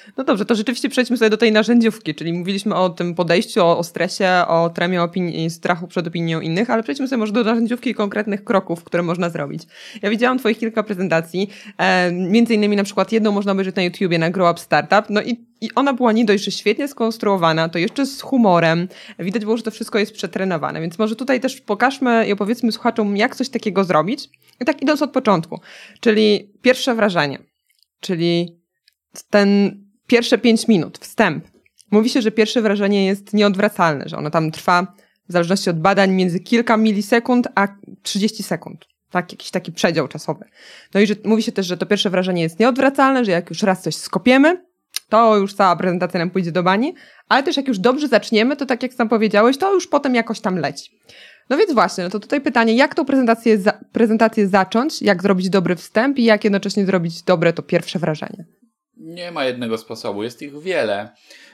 No dobrze, to rzeczywiście przejdźmy sobie do tej narzędziówki, czyli mówiliśmy o tym podejściu, o stresie, o tremie opinii, strachu przed opinią innych, ale przejdźmy sobie może do narzędziówki i konkretnych kroków, które można zrobić. Ja widziałam twoich kilka prezentacji, między innymi na przykład jedną można obejrzeć na YouTubie, na Grow Up Startup, no i ona była nie dość, że świetnie skonstruowana, to jeszcze z humorem. Widać było, że to wszystko jest przetrenowane, więc może tutaj też pokażmy i opowiedzmy słuchaczom, jak coś takiego zrobić. I tak idąc od początku, czyli pierwsze wrażenie, czyli ten pierwsze 5 minut, wstęp. Mówi się, że pierwsze wrażenie jest nieodwracalne, że ono tam trwa w zależności od badań między kilka milisekund a 30 sekund. Tak, jakiś taki przedział czasowy. No i że mówi się też, że to pierwsze wrażenie jest nieodwracalne, że jak już raz coś skopiemy, to już cała prezentacja nam pójdzie do bani, ale też jak już dobrze zaczniemy, to tak jak sam powiedziałeś, to już potem jakoś tam leci. No więc właśnie, no to tutaj pytanie, jak tą prezentację zacząć, jak zrobić dobry wstęp i jak jednocześnie zrobić dobre to pierwsze wrażenie? Nie ma jednego sposobu, jest ich wiele.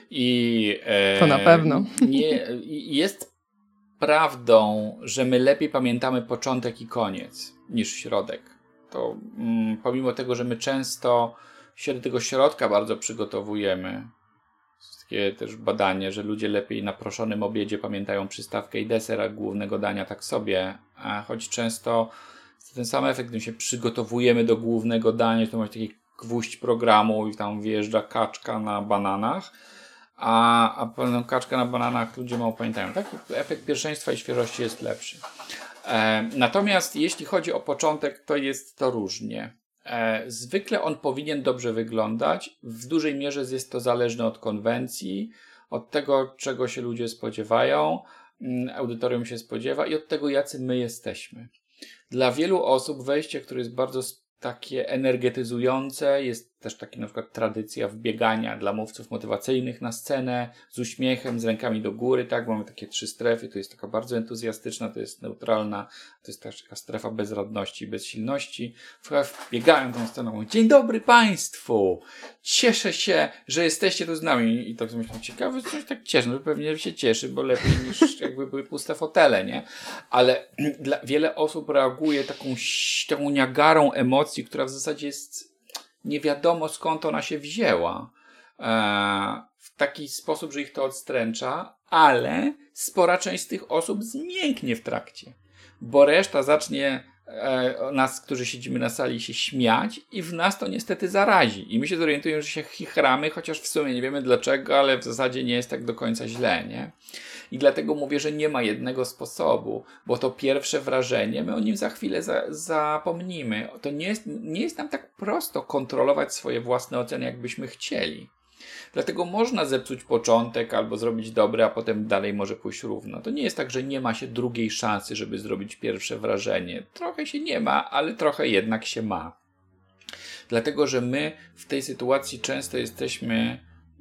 To na pewno. Jest prawdą, że my lepiej pamiętamy początek i koniec niż środek. To pomimo tego, że my często się do tego środka bardzo przygotowujemy. Jest takie też badanie, że ludzie lepiej na proszonym obiedzie pamiętają przystawkę i deser, a głównego dania tak sobie. A choć często ten sam efekt, gdy się przygotowujemy do głównego dania, to masz taki gwóźdź programu i tam wjeżdża kaczka na bananach, a pewną kaczkę na bananach ludzie mało pamiętają. Taki efekt pierwszeństwa i świeżości jest lepszy. Natomiast jeśli chodzi o początek, to jest to różnie. Zwykle on powinien dobrze wyglądać. W dużej mierze jest to zależne od konwencji, od tego, czego się ludzie spodziewają, audytorium się spodziewa i od tego, jacy my jesteśmy. Dla wielu osób wejście, które jest bardzo takie energetyzujące, jest też taki na przykład tradycja wbiegania dla mówców motywacyjnych na scenę z uśmiechem, z rękami do góry, tak, mamy takie 3 strefy, to jest taka bardzo entuzjastyczna, to jest neutralna, to jest też taka strefa bezradności i bezsilności. Wbiegają tą sceną, mówią: dzień dobry Państwu, cieszę się, że jesteście tu z nami. I tak myślę, ciekawe, coś tak cieszy, no pewnie się cieszy, bo lepiej niż jakby były puste fotele, nie? Ale wiele osób reaguje taką niagarą emocji, która w zasadzie jest nie wiadomo skąd ona się wzięła, w taki sposób, że ich to odstręcza, ale spora część z tych osób zmięknie w trakcie, bo reszta zacznie nas, którzy siedzimy na sali, się śmiać i w nas to niestety zarazi. I my się zorientujemy, że się chichramy, chociaż w sumie nie wiemy dlaczego, ale w zasadzie nie jest tak do końca źle, nie? I dlatego mówię, że nie ma jednego sposobu, bo to pierwsze wrażenie, my o nim za chwilę zapomnimy. To nie jest nam tak prosto kontrolować swoje własne oceny, jakbyśmy chcieli. Dlatego można zepsuć początek albo zrobić dobre, a potem dalej może pójść równo. To nie jest tak, że nie ma się drugiej szansy, żeby zrobić pierwsze wrażenie. Trochę się nie ma, ale trochę jednak się ma. Dlatego, że my w tej sytuacji często jesteśmy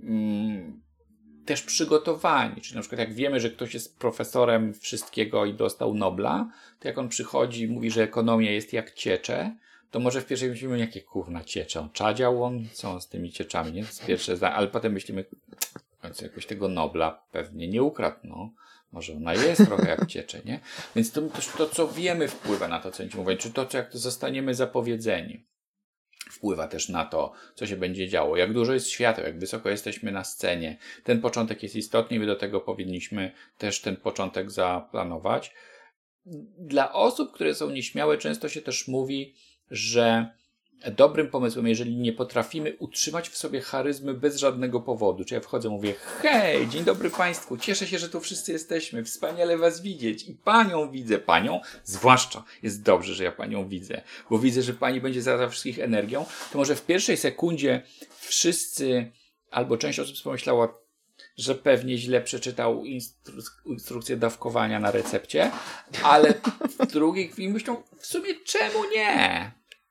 też przygotowani. Czyli na przykład jak wiemy, że ktoś jest profesorem wszystkiego i dostał Nobla, to jak on przychodzi i mówi, że ekonomia jest jak ciecze, to może w pierwszej myślimy, jakie kurna ciecze. Czadział on? Co on z tymi cieczami? Nie? To jest pierwsze zdanie. Ale potem myślimy, jakoś tego Nobla pewnie nie ukradł. No. Może ona jest trochę jak ciecze, nie? Więc to, co wiemy, wpływa na to, co będziemy mówić. Czy to, jak to zostaniemy zapowiedzeni, wpływa też na to, co się będzie działo. Jak dużo jest świateł, jak wysoko jesteśmy na scenie. Ten początek jest istotny i my do tego powinniśmy też ten początek zaplanować. Dla osób, które są nieśmiałe, często się też mówi, że dobrym pomysłem, jeżeli nie potrafimy utrzymać w sobie charyzmy bez żadnego powodu, czy ja wchodzę, mówię: hej, dzień dobry Państwu, cieszę się, że tu wszyscy jesteśmy, wspaniale Was widzieć i Panią widzę, Panią, zwłaszcza jest dobrze, że ja Panią widzę, bo widzę, że Pani będzie zarazem wszystkich energią, to może w pierwszej sekundzie wszyscy, albo część osób pomyślała, że pewnie źle przeczytał instrukcję dawkowania na recepcie, ale w drugiej chwili myślą, w sumie czemu nie?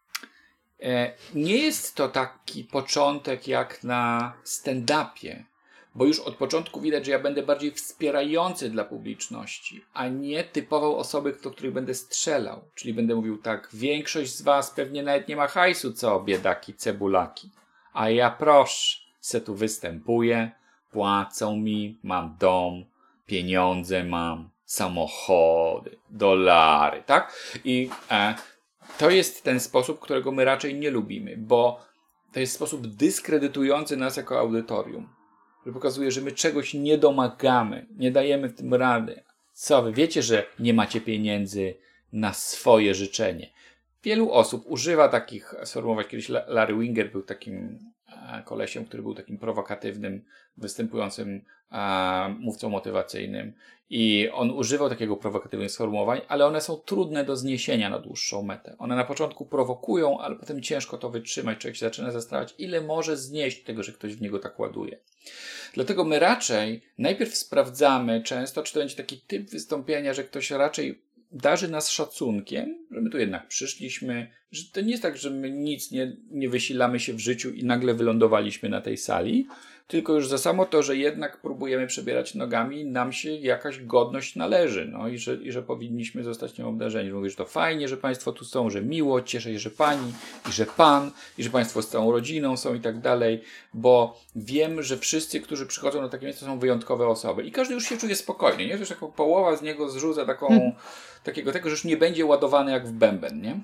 Nie jest to taki początek jak na stand-upie, bo już od początku widać, że ja będę bardziej wspierający dla publiczności, a nie typował osoby, do których będę strzelał. Czyli będę mówił tak: większość z was pewnie nawet nie ma hajsu, co biedaki, cebulaki. A ja proszę, se tu występuję, płacą mi, mam dom, pieniądze mam, samochody, dolary, tak? I to jest ten sposób, którego my raczej nie lubimy, bo to jest sposób dyskredytujący nas jako audytorium. Że pokazuje, że my czegoś nie domagamy, nie dajemy w tym rady. Co wy wiecie, że nie macie pieniędzy na swoje życzenie? Wielu osób używa takich sformułowań. Kiedyś Larry Winger był takim kolesiem, który był takim prowokatywnym, występującym mówcą motywacyjnym. I on używał takiego prowokatywnych sformułowań, ale one są trudne do zniesienia na dłuższą metę. One na początku prowokują, ale potem ciężko to wytrzymać. Człowiek się zaczyna zastanawiać, ile może znieść tego, że ktoś w niego tak ładuje. Dlatego my raczej najpierw sprawdzamy często, czy to będzie taki typ wystąpienia, że ktoś raczej darzy nas szacunkiem, że my tu jednak przyszliśmy, że to nie jest tak, że my nic nie wysilamy się w życiu i nagle wylądowaliśmy na tej sali, tylko już za samo to, że jednak próbujemy przebierać nogami, nam się jakaś godność należy, no i że powinniśmy zostać nią obdarzeni. Mówię, że to fajnie, że Państwo tu są, że miło, cieszę się, że Pani i że Pan i że Państwo z całą rodziną są i tak dalej, bo wiem, że wszyscy, którzy przychodzą na takie miejsce, są wyjątkowe osoby i każdy już się czuje spokojnie, nie? Że już jako połowa z niego zrzuca takiego, że już nie będzie ładowany jak w bęben, nie?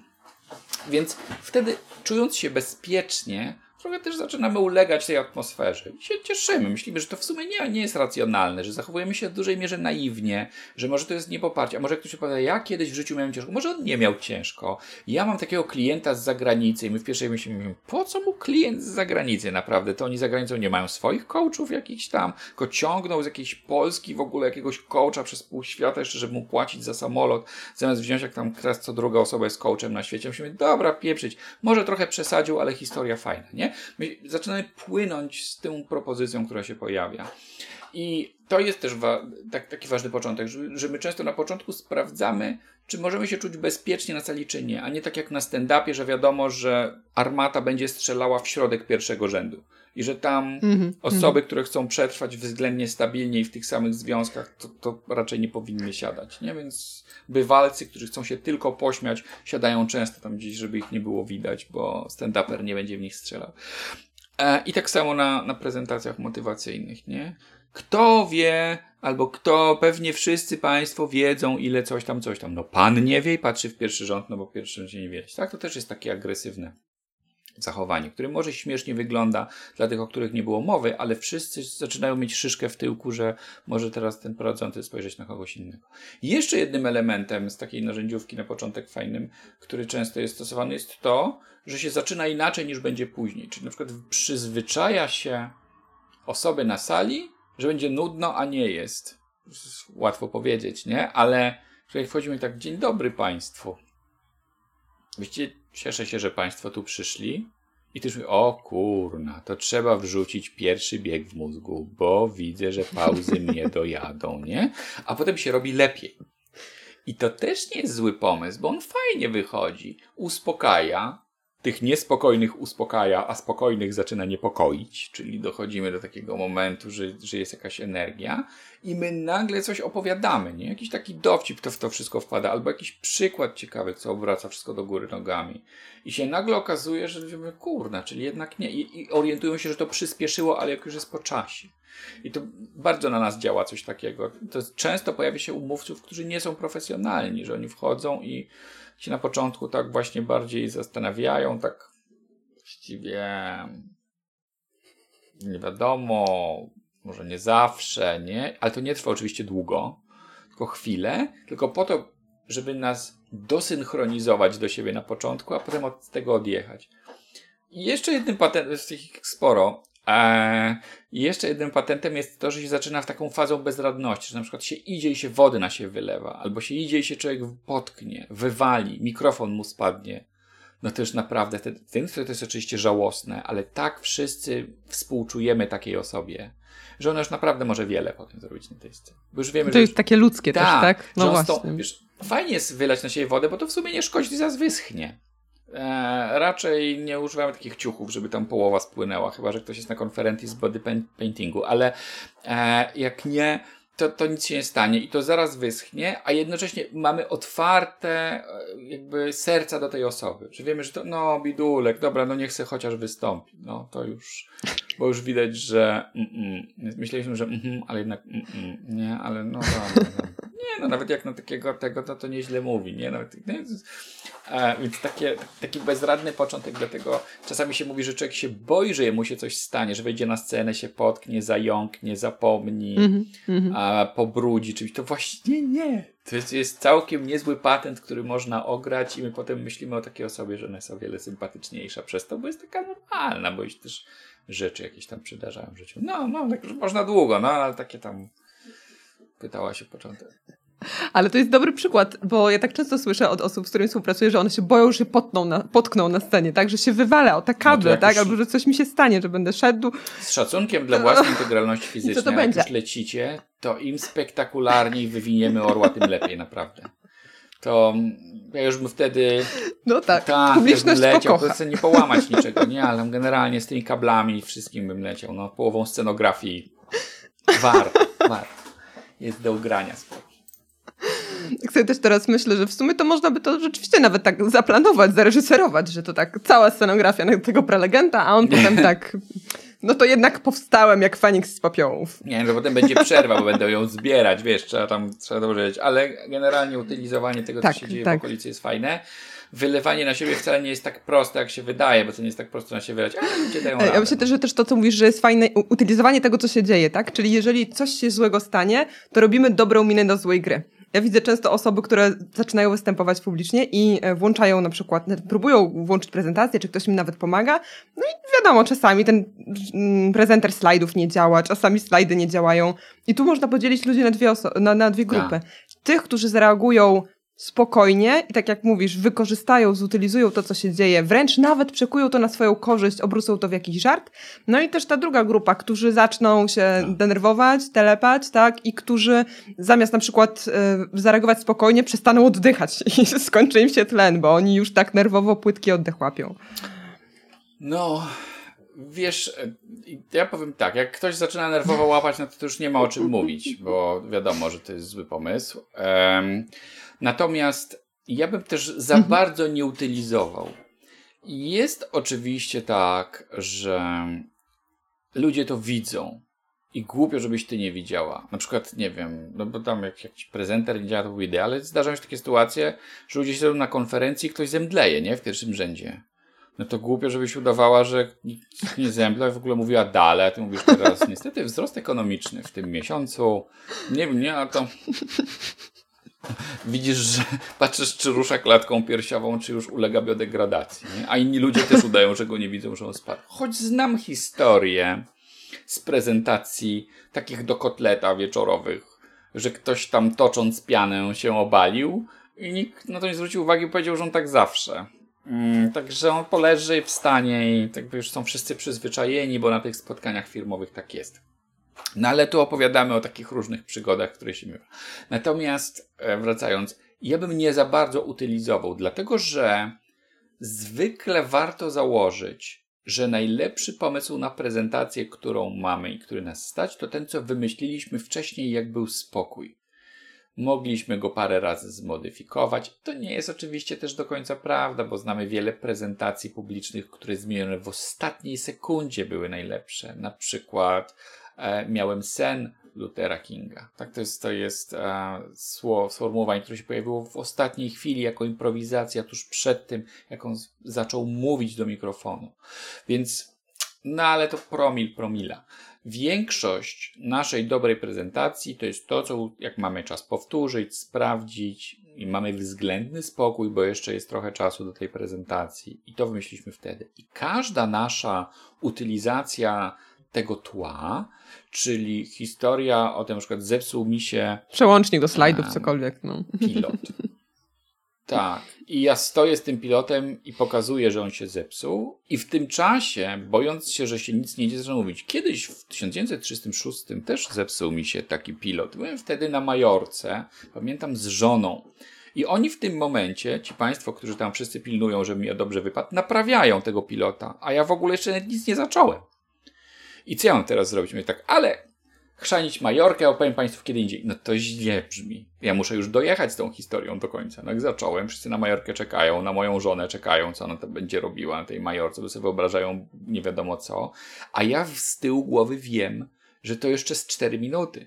Więc wtedy, czując się bezpiecznie, trochę też zaczynamy ulegać tej atmosferze i się cieszymy. Myślimy, że to w sumie nie jest racjonalne, że zachowujemy się w dużej mierze naiwnie, że może to jest niepoparcie, a może ktoś powie, ja kiedyś w życiu miałem ciężko, może on nie miał ciężko. Ja mam takiego klienta z zagranicy i my w pierwszej myślimy, po co mu klient z zagranicy naprawdę? To oni za granicą nie mają swoich coachów jakichś tam, tylko ciągną z jakiejś Polski w ogóle jakiegoś coacha przez pół świata jeszcze, żeby mu płacić za samolot, zamiast wziąć jak tam teraz co druga osoba jest coachem na świecie. Myślimy, dobra, pieprzyć, może trochę przesadził, ale historia fajna, nie? My zaczynamy płynąć z tą propozycją, która się pojawia. I to jest też taki ważny początek, że my często na początku sprawdzamy, czy możemy się czuć bezpiecznie na sali, czy nie, a nie tak jak na stand-upie, że wiadomo, że armata będzie strzelała w środek pierwszego rzędu. I że tam osoby, które chcą przetrwać względnie stabilnie i w tych samych związkach, to raczej nie powinny siadać, nie? Więc bywalcy, którzy chcą się tylko pośmiać, siadają często tam gdzieś, żeby ich nie było widać, bo stand-uper nie będzie w nich strzelał. I tak samo na prezentacjach motywacyjnych, nie? Kto wie, albo pewnie wszyscy Państwo wiedzą, ile coś tam. No Pan nie wie i patrzy w pierwszy rząd, no bo pierwszy rząd się nie wie. Tak, to też jest takie agresywne zachowanie, które może śmiesznie wygląda dla tych, o których nie było mowy, ale wszyscy zaczynają mieć szyszkę w tyłku, że może teraz ten prowadzący spojrzeć na kogoś innego. I jeszcze jednym elementem z takiej narzędziówki na początek fajnym, który często jest stosowany, jest to, że się zaczyna inaczej niż będzie później. Czyli na przykład przyzwyczaja się osoby na sali, że będzie nudno, a nie jest. Łatwo powiedzieć, nie? Ale jak wchodzimy tak, dzień dobry Państwu. Wiecie, cieszę się, że Państwo tu przyszli. I ty już mówisz, o kurna, to trzeba wrzucić pierwszy bieg w mózgu, bo widzę, że pauzy mnie dojadą, nie? A potem się robi lepiej. I to też nie jest zły pomysł, bo on fajnie wychodzi. Uspokaja. Tych niespokojnych uspokaja, a spokojnych zaczyna niepokoić, czyli dochodzimy do takiego momentu, że jest jakaś energia i my nagle coś opowiadamy, nie? Jakiś taki dowcip to w to wszystko wpada, albo jakiś przykład ciekawy, co obraca wszystko do góry nogami. I się nagle okazuje, że mówimy, kurna, czyli jednak nie. I orientują się, że to przyspieszyło, ale jak już jest po czasie. I to bardzo na nas działa coś takiego. To często pojawia się u mówców, którzy nie są profesjonalni, że oni wchodzą i się na początku tak właśnie bardziej zastanawiają, tak właściwie nie wiadomo, może nie zawsze, nie? Ale to nie trwa oczywiście długo, tylko chwilę, tylko po to, żeby nas dosynchronizować do siebie na początku, a potem od tego odjechać. I jeszcze jednym patentem, jest ich sporo, jeszcze jednym patentem jest to, że się zaczyna w taką fazą bezradności, że na przykład się idzie i się wody na siebie wylewa, albo się idzie i się człowiek potknie, wywali, mikrofon mu spadnie. No to już naprawdę, to jest oczywiście żałosne, ale tak wszyscy współczujemy takiej osobie, że ona już naprawdę może wiele potem zrobić na tej scenie. Bo już wiemy, to jest takie ludzkie też, tak? No właśnie. Wiesz, fajnie jest wylać na siebie wodę, bo to w sumie nie szkodzi, zaraz wyschnie. Raczej nie używamy takich ciuchów, żeby tam połowa spłynęła, chyba że ktoś jest na konferencji z body paintingu, ale jak nie, to nic się nie stanie i to zaraz wyschnie, a jednocześnie mamy otwarte jakby serca do tej osoby, że wiemy, że to bidulek, dobra, niech se chociaż wystąpi, to już, bo już widać, że myśleliśmy, że ale jednak nie, ale dobra. Nie, nawet jak na takiego to nieźle mówi, nie, nawet Więc taki bezradny początek, dlatego czasami się mówi, że człowiek się boi, że mu się coś stanie, że wejdzie na scenę, się potknie, zająknie, zapomni, pobrudzi czymś. To właśnie nie. To jest całkiem niezły patent, który można ograć i my potem myślimy o takiej osobie, że ona jest o wiele sympatyczniejsza przez to, bo jest taka normalna, bo się też rzeczy jakieś tam przydarzają w życiu. No, tak już można długo, ale takie tam pytałaś o początek. Ale to jest dobry przykład, bo ja tak często słyszę od osób, z którymi współpracuję, że one się boją, że potkną na scenie, tak? Że się wywala o te kable, tak? Albo że coś mi się stanie, że będę szedł. Z szacunkiem dla własnej integralności fizycznej, co to jak będzie? już lecicie, to im spektakularniej wywiniemy orła, tym lepiej, naprawdę. To ja już bym wtedy... No tak, publiczność leciał, pokocha. chcę nie połamać niczego, nie? Ale generalnie z tymi kablami wszystkim bym leciał. Połową scenografii war. Jest do ugrania spoko. Tak sobie też teraz myślę, że w sumie to można by to rzeczywiście nawet tak zaplanować, zareżyserować, że to tak cała scenografia na tego prelegenta, a on potem tak... No to jednak powstałem jak Feniks z popiołów. Nie, że potem będzie przerwa, bo będą ją zbierać, wiesz, trzeba dołożyć, ale generalnie utylizowanie tego, co się dzieje w okolicy jest fajne. Wylewanie na siebie wcale nie jest tak proste, jak się wydaje, bo to nie jest tak prosto na siebie wylać, ale ludzie dają radę. Ja myślę też, że to, co mówisz, że jest fajne, utylizowanie tego, co się dzieje, tak? Czyli jeżeli coś się złego stanie, to robimy dobrą minę do złej gry. Ja widzę często osoby, które zaczynają występować publicznie i włączają na przykład, próbują włączyć prezentację, czy ktoś im nawet pomaga. No i wiadomo, czasami ten prezenter slajdów nie działa, czasami slajdy nie działają. I tu można podzielić ludzi na dwie grupy. Tych, którzy zareagują spokojnie i tak jak mówisz, wykorzystają, zutylizują to, co się dzieje, wręcz nawet przekują to na swoją korzyść, obrócą to w jakiś żart. No i też ta druga grupa, którzy zaczną się denerwować, telepać, tak? I którzy zamiast na przykład zareagować spokojnie, przestaną oddychać i skończy im się tlen, bo oni już tak nerwowo płytki oddech łapią. No, wiesz, ja powiem tak, jak ktoś zaczyna nerwowo łapać, no to już nie ma o czym mówić, bo wiadomo, że to jest zły pomysł. Natomiast ja bym też za bardzo nie utylizował. Jest oczywiście tak, że ludzie to widzą i głupio, żebyś ty nie widziała. Na przykład, nie wiem, no bo tam jak jakiś prezenter nie działa, to był idea, ale zdarzają się takie sytuacje, że ludzie siedzą na konferencji i ktoś zemdleje, nie? W pierwszym rzędzie. No to głupio, żebyś udawała, że nikt nie zemdla i w ogóle mówiła dalej, a ty mówisz teraz, niestety wzrost ekonomiczny w tym miesiącu. Nie wiem, nie, a to... Widzisz, że patrzysz, czy rusza klatką piersiową, czy już ulega biodegradacji. Nie? A inni ludzie też udają, że go nie widzą, że on spadł. Choć znam historię z prezentacji takich do kotleta wieczorowych, że ktoś tam tocząc pianę się obalił i nikt na to nie zwrócił uwagi i powiedział, że on tak zawsze. Także on poleży, wstanie i tak już są wszyscy przyzwyczajeni, bo na tych spotkaniach firmowych tak jest. No ale tu opowiadamy o takich różnych przygodach, które się miewa. Natomiast wracając, ja bym nie za bardzo utylizował, dlatego że zwykle warto założyć, że najlepszy pomysł na prezentację, którą mamy i który nas stać, to ten, co wymyśliliśmy wcześniej, jak był spokój. Mogliśmy go parę razy zmodyfikować. To nie jest oczywiście też do końca prawda, bo znamy wiele prezentacji publicznych, które zmienione w ostatniej sekundzie były najlepsze. Na przykład miałem sen Luthera Kinga. Tak, to jest sformułowanie, które się pojawiło w ostatniej chwili jako improwizacja, tuż przed tym, jak on zaczął mówić do mikrofonu. Więc, no ale to promila. Większość naszej dobrej prezentacji to jest to, co jak mamy czas powtórzyć, sprawdzić i mamy względny spokój, bo jeszcze jest trochę czasu do tej prezentacji i to wymyśliliśmy wtedy. I każda nasza utylizacja tego tła, czyli historia o tym, na przykład zepsuł mi się przełącznik do slajdów, cokolwiek. No. Pilot. Tak. I ja stoję z tym pilotem i pokazuję, że on się zepsuł i w tym czasie, bojąc się, że się nic nie dzieje, zaczynam mówić. Kiedyś w 1936 też zepsuł mi się taki pilot. Byłem wtedy na Majorce, pamiętam, z żoną. I oni w tym momencie, ci państwo, którzy tam wszyscy pilnują, żeby mi dobrze wypadł, naprawiają tego pilota, a ja w ogóle jeszcze nic nie zacząłem. I co ja mam teraz zrobić? Mówię tak, ale chrzanić Majorkę, opowiem Państwu kiedy indziej. No to źle brzmi. Ja muszę już dojechać z tą historią do końca. No jak zacząłem, wszyscy na Majorkę czekają, na moją żonę czekają, co ona to będzie robiła na tej Majorce, bo sobie wyobrażają nie wiadomo co. A ja z tyłu głowy wiem, że to jeszcze z 4 minuty.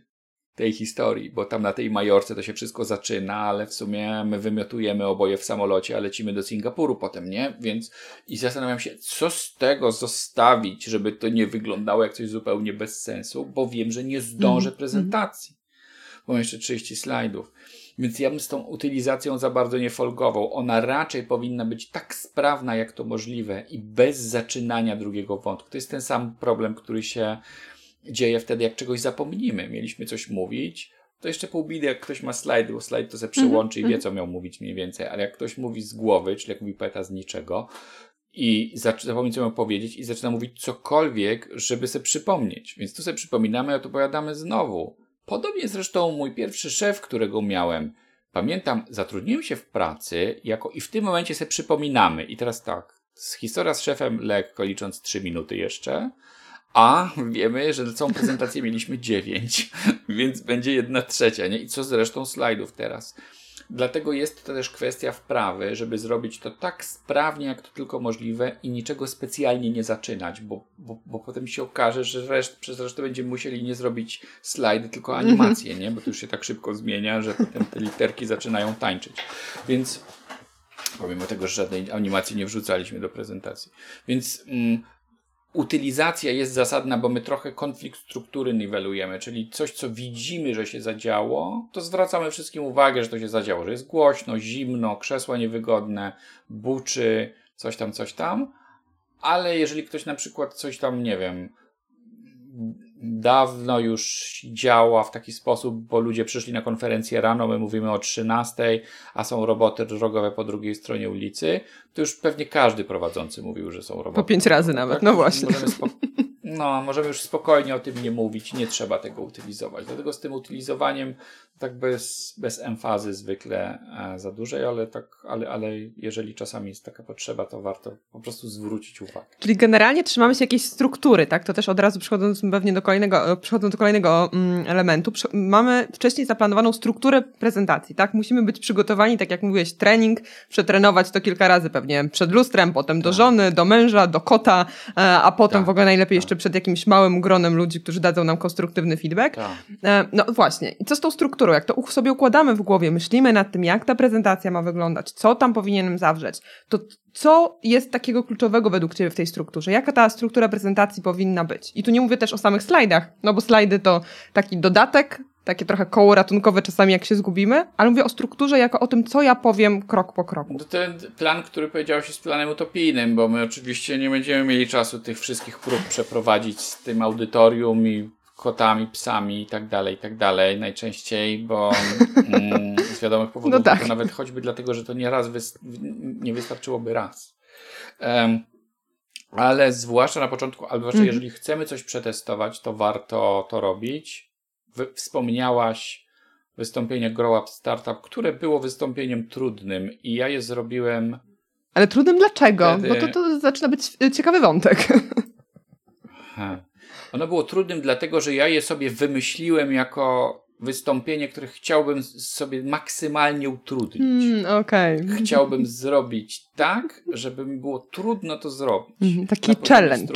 tej historii, bo tam na tej Majorce to się wszystko zaczyna, ale w sumie my wymiotujemy oboje w samolocie, a lecimy do Singapuru potem, nie? Więc i zastanawiam się, co z tego zostawić, żeby to nie wyglądało jak coś zupełnie bez sensu, bo wiem, że nie zdążę prezentacji. Bo mam jeszcze 30 slajdów. Więc ja bym z tą utylizacją za bardzo nie folgował. Ona raczej powinna być tak sprawna, jak to możliwe i bez zaczynania drugiego wątku. To jest ten sam problem, który się dzieje wtedy, jak czegoś zapomnimy. Mieliśmy coś mówić, to jeszcze pół biedy, jak ktoś ma slajdy, bo slajd to se przełączy i wie, co miał mówić mniej więcej, ale jak ktoś mówi z głowy, czyli jak mówi poeta z niczego i zapomni, co miał powiedzieć i zaczyna mówić cokolwiek, żeby sobie przypomnieć. Więc tu sobie przypominamy, a tu powiadamy znowu. Podobnie zresztą mój pierwszy szef, którego miałem. Pamiętam, zatrudniłem się w pracy i w tym momencie sobie przypominamy. I teraz tak, historia z szefem lekko licząc 3 minuty jeszcze, a wiemy, że całą prezentację mieliśmy 9, więc będzie 1/3, nie? I co z resztą slajdów teraz? Dlatego jest to też kwestia wprawy, żeby zrobić to tak sprawnie, jak to tylko możliwe i niczego specjalnie nie zaczynać, bo potem się okaże, że przez resztę będziemy musieli nie zrobić slajdy, tylko animacje, nie? Bo to już się tak szybko zmienia, że potem te literki zaczynają tańczyć. Więc pomimo tego, że żadnej animacji nie wrzucaliśmy do prezentacji. Więc utylizacja jest zasadna, bo my trochę konflikt struktury niwelujemy, czyli coś, co widzimy, że się zadziało, to zwracamy wszystkim uwagę, że to się zadziało, że jest głośno, zimno, krzesła niewygodne, buczy, coś tam, ale jeżeli ktoś na przykład coś tam, nie wiem, dawno już działa w taki sposób, bo ludzie przyszli na konferencję rano, my mówimy o 13, a są roboty drogowe po drugiej stronie ulicy, to już pewnie każdy prowadzący mówił, że są roboty. Po 5 razy nawet, tak? No właśnie. Możemy już spokojnie o tym nie mówić, nie trzeba tego utylizować. Dlatego z tym utylizowaniem tak bez emfazy zwykle za dużej, ale jeżeli czasami jest taka potrzeba, to warto po prostu zwrócić uwagę. Czyli generalnie trzymamy się jakiejś struktury, tak? To też od razu przechodząc pewnie do kolejnego elementu. Mamy wcześniej zaplanowaną strukturę prezentacji, tak? Musimy być przygotowani, tak jak mówiłeś, trening, przetrenować to kilka razy pewnie przed lustrem, potem do żony, do męża, do kota, a potem w ogóle najlepiej jeszcze przed jakimś małym gronem ludzi, którzy dadzą nam konstruktywny feedback. No właśnie. I co z tą strukturą? Jak to sobie układamy w głowie, myślimy nad tym, jak ta prezentacja ma wyglądać, co tam powinienem zawrzeć, to co jest takiego kluczowego według Ciebie w tej strukturze? Jaka ta struktura prezentacji powinna być? I tu nie mówię też o samych slajdach, no bo slajdy to taki dodatek, takie trochę koło ratunkowe czasami, jak się zgubimy, ale mówię o strukturze jako o tym, co ja powiem krok po kroku. To ten plan, który powiedziałeś, jest planem utopijnym, bo my oczywiście nie będziemy mieli czasu tych wszystkich prób przeprowadzić z tym audytorium i kotami, psami i tak dalej, najczęściej, bo z wiadomych powodów, no tak. To nawet choćby dlatego, że to nie wystarczyłoby raz. Ale zwłaszcza na początku, albo zwłaszcza jeżeli chcemy coś przetestować, to warto to robić. Wspomniałaś wystąpienie Grow Up Startup, które było wystąpieniem trudnym i ja je zrobiłem... Ale trudnym dlaczego? Bo to zaczyna być ciekawy wątek. Ono było trudnym dlatego, że ja je sobie wymyśliłem jako wystąpienie, które chciałbym sobie maksymalnie utrudnić. Chciałbym zrobić tak, żeby mi było trudno to zrobić. Taki challenge.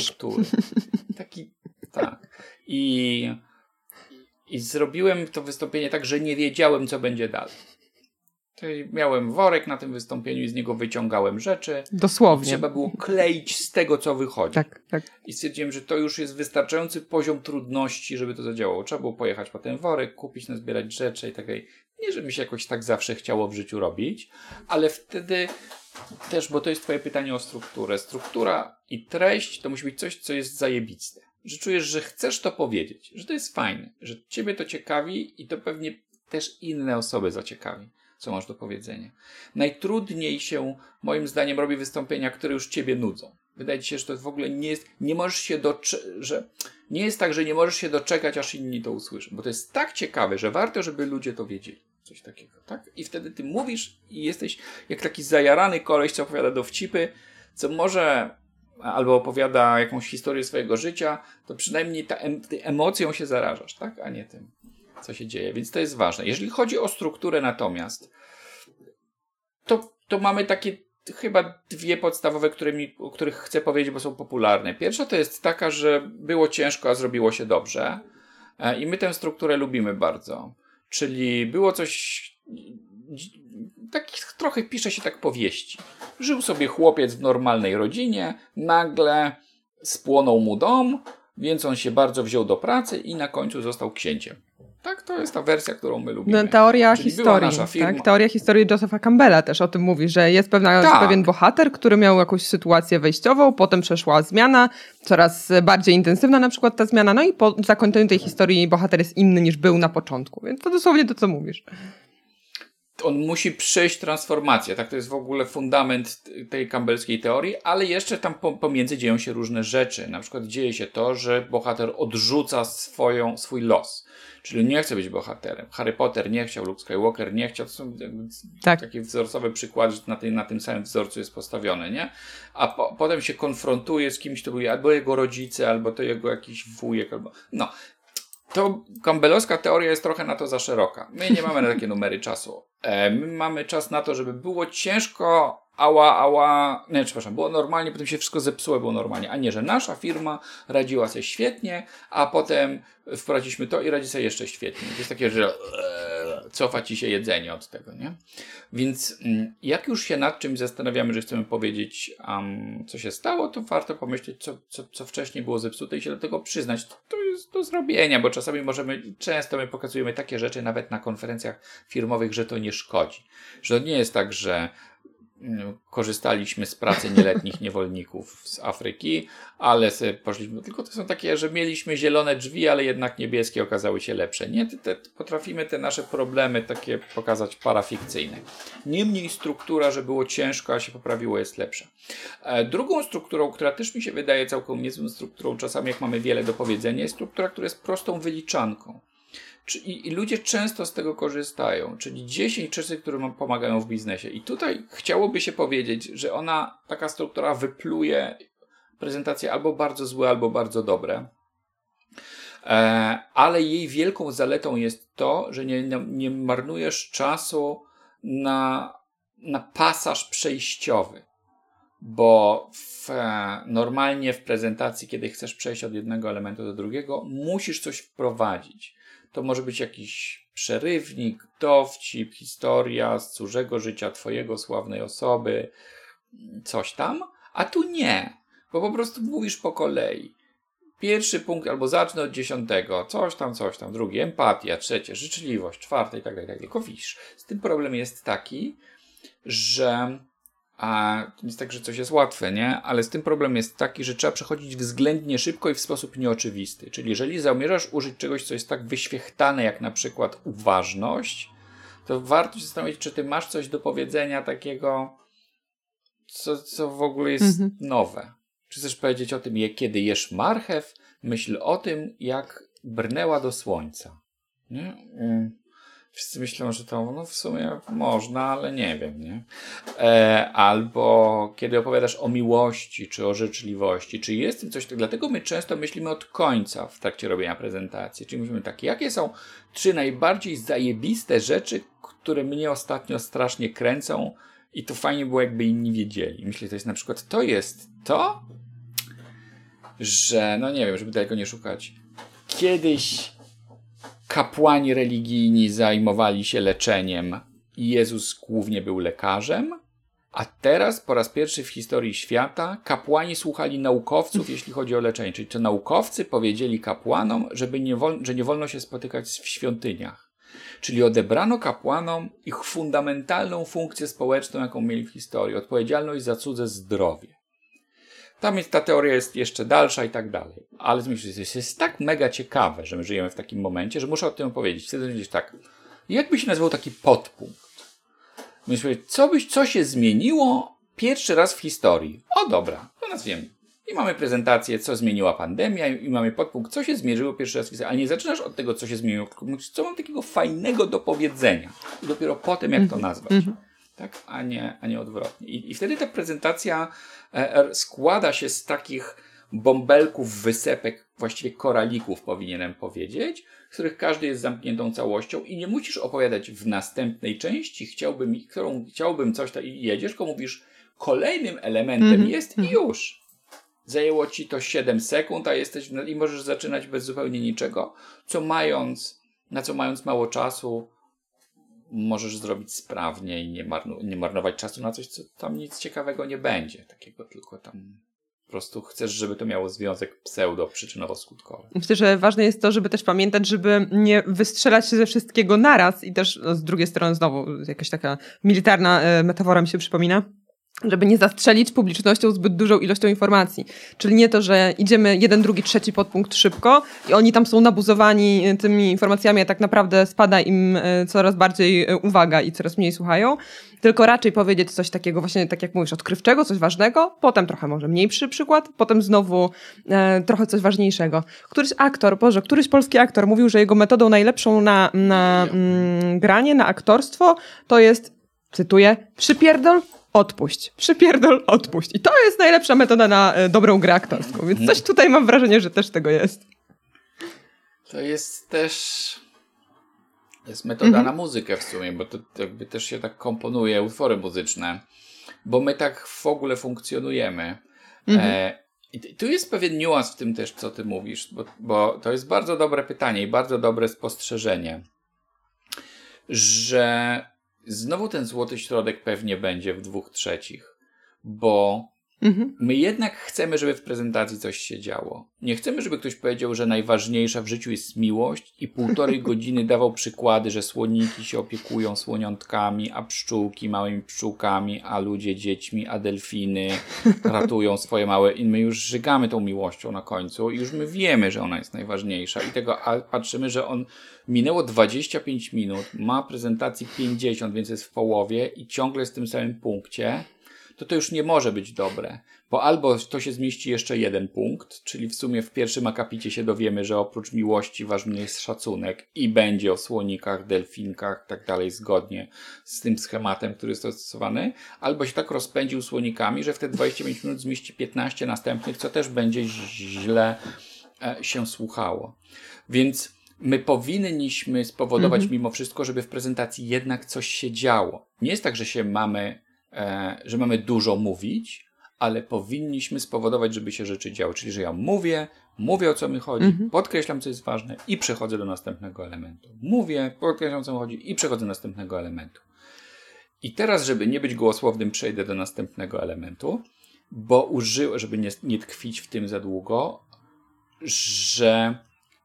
Tak. I zrobiłem to wystąpienie tak, że nie wiedziałem, co będzie dalej. Miałem worek na tym wystąpieniu i z niego wyciągałem rzeczy. Dosłownie. Trzeba było kleić z tego, co wychodzi. Tak. I stwierdziłem, że to już jest wystarczający poziom trudności, żeby to zadziałało. Trzeba było pojechać po ten worek, kupić, nazbierać rzeczy i tak dalej. Nie, że mi się jakoś tak zawsze chciało w życiu robić, ale wtedy też, bo to jest twoje pytanie o strukturę. Struktura i treść to musi być coś, co jest zajebiste. Że czujesz, że chcesz to powiedzieć, że to jest fajne, że ciebie to ciekawi i to pewnie też inne osoby zaciekawi, co masz do powiedzenia. Najtrudniej się, moim zdaniem, robi wystąpienia, które już ciebie nudzą. Wydaje ci się, że to w ogóle nie jest, nie możesz się nie jest tak, że nie możesz się doczekać, aż inni to usłyszą, bo to jest tak ciekawe, że warto, żeby ludzie to wiedzieli. Coś takiego, tak? I wtedy ty mówisz i jesteś jak taki zajarany koleś, co opowiada dowcipy, co może albo opowiada jakąś historię swojego życia, to przynajmniej ty emocją się zarażasz, tak? A nie tym, co się dzieje. Więc to jest ważne. Jeżeli chodzi o strukturę natomiast, to mamy takie chyba dwie podstawowe, o których chcę powiedzieć, bo są popularne. Pierwsza to jest taka, że było ciężko, a zrobiło się dobrze. I my tę strukturę lubimy bardzo. Czyli było coś... Takich trochę pisze się tak powieści. Żył sobie chłopiec w normalnej rodzinie, nagle spłonął mu dom, więc on się bardzo wziął do pracy i na końcu został księciem. Tak, to jest ta wersja, którą my lubimy. No, teoria historii. Tak? Teoria historii Josepha Campbella też o tym mówi, że jest pewien bohater, który miał jakąś sytuację wejściową, potem przeszła zmiana, coraz bardziej intensywna na przykład ta zmiana, no i po zakończeniu tej historii bohater jest inny niż był na początku. Więc to dosłownie to, co mówisz. On musi przejść transformację, tak? To jest w ogóle fundament tej campbellskiej teorii, ale jeszcze tam pomiędzy dzieją się różne rzeczy. Na przykład dzieje się to, że bohater odrzuca swój los. Czyli nie chce być bohaterem. Harry Potter nie chciał, Luke Skywalker nie chciał. To są takie wzorcowe przykłady, że na tym samym wzorcu jest postawione, nie? A potem się konfrontuje z kimś, to był albo jego rodzice, albo to jego jakiś wujek, albo... No. To campbellowska teoria jest trochę na to za szeroka. My nie mamy na takie numery czasu. My mamy czas na to, żeby było ciężko, było normalnie, potem się wszystko zepsuło, było normalnie. A nie, że nasza firma radziła sobie świetnie, a potem wprowadziliśmy to i radzi sobie jeszcze świetnie. To jest takie, że cofa ci się jedzenie od tego, nie? Więc jak już się nad czymś zastanawiamy, że chcemy powiedzieć, co się stało, to warto pomyśleć, co wcześniej było zepsute i się do tego przyznać. To jest do zrobienia, bo czasami często my pokazujemy takie rzeczy nawet na konferencjach firmowych, że to nie szkodzi. Że to nie jest tak, że korzystaliśmy z pracy nieletnich niewolników z Afryki, ale sobie poszliśmy, tylko to są takie, że mieliśmy zielone drzwi, ale jednak niebieskie okazały się lepsze. Nie, potrafimy te nasze problemy takie pokazać parafikcyjne. Niemniej struktura, że było ciężko, a się poprawiło, jest lepsza. Drugą strukturą, która też mi się wydaje całkiem niezłą strukturą, czasami jak mamy wiele do powiedzenia, jest struktura, która jest prostą wyliczanką. I ludzie często z tego korzystają, czyli 10 rzeczy, które nam pomagają w biznesie. I tutaj chciałoby się powiedzieć, że taka struktura wypluje prezentacje albo bardzo złe, albo bardzo dobre. Ale jej wielką zaletą jest to, że nie marnujesz czasu na pasaż przejściowy. Bo normalnie w prezentacji, kiedy chcesz przejść od jednego elementu do drugiego, musisz coś wprowadzić. To może być jakiś przerywnik, dowcip, historia z cudzego życia twojego, sławnej osoby, coś tam, a tu nie, bo po prostu mówisz po kolei. Pierwszy punkt, albo zacznę od 10, coś tam, drugi, empatia, trzecie, życzliwość, czwarte i tak dalej. Tylko widzisz, z tym problem jest taki, że to jest tak, że coś jest łatwe, nie? Ale z tym problem jest taki, że trzeba przechodzić względnie szybko i w sposób nieoczywisty. Czyli jeżeli zamierzasz użyć czegoś, co jest tak wyświechtane, jak na przykład uważność, to warto się zastanowić, czy ty masz coś do powiedzenia takiego, co w ogóle jest nowe. Czy chcesz powiedzieć o tym, kiedy jesz marchew, myśl o tym, jak brnęła do słońca. Nie? Wszyscy myślą, że to w sumie można, ale nie wiem, nie? Albo kiedy opowiadasz o miłości, czy o życzliwości, czy jest tym coś, dlatego my często myślimy od końca w trakcie robienia prezentacji. Czyli mówimy tak, jakie są 3 najbardziej zajebiste rzeczy, które mnie ostatnio strasznie kręcą i to fajnie było, jakby inni wiedzieli. Myślę, że to jest na przykład, to jest to, że, nie wiem, żeby daleko nie szukać, kiedyś kapłani religijni zajmowali się leczeniem i Jezus głównie był lekarzem, a teraz po raz pierwszy w historii świata kapłani słuchali naukowców, jeśli chodzi o leczenie. Czyli to naukowcy powiedzieli kapłanom, że nie wolno się spotykać w świątyniach. Czyli odebrano kapłanom ich fundamentalną funkcję społeczną, jaką mieli w historii. Odpowiedzialność za cudze zdrowie. Tam ta teoria jest jeszcze dalsza i tak dalej. Ale to jest tak mega ciekawe, że my żyjemy w takim momencie, że muszę o tym opowiedzieć. Chcę powiedzieć tak. Jak by się nazywał taki podpunkt? Myślę, co się zmieniło pierwszy raz w historii? O dobra, to nazwiemy. I mamy prezentację, co zmieniła pandemia i mamy podpunkt, co się zmieniło pierwszy raz w historii. Ale nie zaczynasz od tego, co się zmieniło, tylko mówisz, co mam takiego fajnego do powiedzenia. I dopiero potem, jak to nazwać. Tak? A nie odwrotnie. I wtedy ta prezentacja składa się z takich bąbelków, wysepek, właściwie koralików powinienem powiedzieć, z których każdy jest zamkniętą całością i nie musisz opowiadać w następnej części, którą chciałbym coś tam i jedziesz, tylko mówisz, kolejnym elementem jest i już. Zajęło ci to 7 sekund, a i możesz zaczynać bez zupełnie niczego, na co mając mało czasu, możesz zrobić sprawnie i nie marnować czasu na coś, co tam nic ciekawego nie będzie. Takiego tylko tam po prostu chcesz, żeby to miało związek przyczynowo-skutkowy. Myślę, że ważne jest to, żeby też pamiętać, żeby nie wystrzelać się ze wszystkiego naraz i też z drugiej strony znowu jakaś taka militarna metafora mi się przypomina, żeby nie zastrzelić publicznością zbyt dużą ilością informacji. Czyli nie to, że idziemy 1, 2, 3 podpunkt szybko i oni tam są nabuzowani tymi informacjami, a tak naprawdę spada im coraz bardziej uwaga i coraz mniej słuchają, tylko raczej powiedzieć coś takiego właśnie, tak jak mówisz, odkrywczego, coś ważnego, potem trochę może mniejszy przykład, potem znowu trochę coś ważniejszego. Któryś polski aktor mówił, że jego metodą najlepszą na granie, na aktorstwo to jest, cytuję, przypierdol, odpuść. Przypierdol, odpuść. I to jest najlepsza metoda na dobrą grę aktorską. Więc coś tutaj mam wrażenie, że też tego jest. To jest metoda na muzykę w sumie, bo to jakby też się tak komponuje utwory muzyczne. Bo my tak w ogóle funkcjonujemy. I tu jest pewien niuans w tym też, co ty mówisz, bo to jest bardzo dobre pytanie i bardzo dobre spostrzeżenie, że znowu ten złoty środek pewnie będzie w 2/3, bo my jednak chcemy, żeby w prezentacji coś się działo. Nie chcemy, żeby ktoś powiedział, że najważniejsza w życiu jest miłość i 1,5 godziny dawał przykłady, że słoniki się opiekują słoniątkami, a pszczółki małymi pszczółkami, a ludzie dziećmi, a delfiny ratują swoje małe i my już żygamy tą miłością na końcu i już my wiemy, że ona jest najważniejsza a patrzymy, że minęło 25 minut, ma prezentacji 50, więc jest w połowie i ciągle jest w tym samym punkcie, to już nie może być dobre, bo albo to się zmieści jeszcze 1 punkt, czyli w sumie w pierwszym akapicie się dowiemy, że oprócz miłości ważny jest szacunek i będzie o słonikach, delfinkach, tak dalej, zgodnie z tym schematem, który jest stosowany, albo się tak rozpędził słonikami, że w te 25 minut zmieści 15 następnych, co też będzie źle się słuchało. Więc my powinniśmy spowodować mimo wszystko, żeby w prezentacji jednak coś się działo. Nie jest tak, że mamy dużo mówić, ale powinniśmy spowodować, żeby się rzeczy działy. Czyli, że ja mówię o co mi chodzi, podkreślam, co jest ważne i przechodzę do następnego elementu. Mówię, podkreślam, co mi chodzi i przechodzę do następnego elementu. I teraz, żeby nie być gołosłownym, przejdę do następnego elementu, bo żeby nie tkwić w tym za długo, że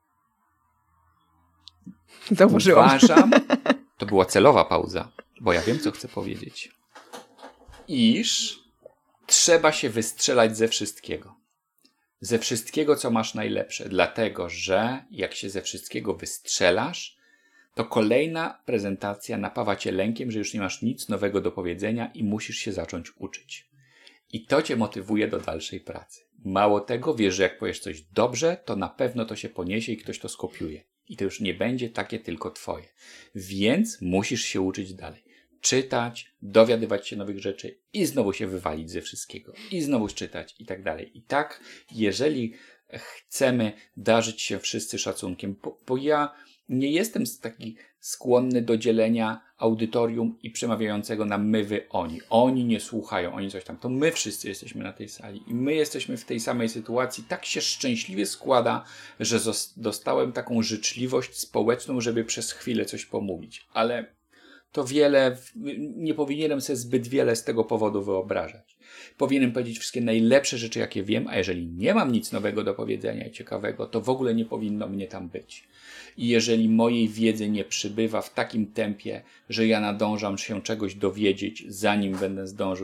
uważam, to była celowa pauza, bo ja wiem, co chcę powiedzieć, iż trzeba się wystrzelać ze wszystkiego. Ze wszystkiego, co masz najlepsze. Dlatego, że jak się ze wszystkiego wystrzelasz, to kolejna prezentacja napawa cię lękiem, że już nie masz nic nowego do powiedzenia i musisz się zacząć uczyć. I to cię motywuje do dalszej pracy. Mało tego, wiesz, że jak powiesz coś dobrze, to na pewno to się poniesie i ktoś to skopiuje. I to już nie będzie takie tylko twoje. Więc musisz się uczyć dalej. Czytać, dowiadywać się nowych rzeczy i znowu się wywalić ze wszystkiego. I znowu czytać i tak dalej. I tak, jeżeli chcemy darzyć się wszyscy szacunkiem, bo ja nie jestem taki skłonny do dzielenia audytorium i przemawiającego na my, wy, oni. Oni nie słuchają, oni coś tam. To my wszyscy jesteśmy na tej sali i my jesteśmy w tej samej sytuacji. Tak się szczęśliwie składa, że dostałem taką życzliwość społeczną, żeby przez chwilę coś pomówić. Ale to nie powinienem sobie zbyt wiele z tego powodu wyobrażać. Powinienem powiedzieć wszystkie najlepsze rzeczy, jakie wiem, a jeżeli nie mam nic nowego do powiedzenia i ciekawego, to w ogóle nie powinno mnie tam być. I jeżeli mojej wiedzy nie przybywa w takim tempie, że ja nadążam się czegoś dowiedzieć, zanim będę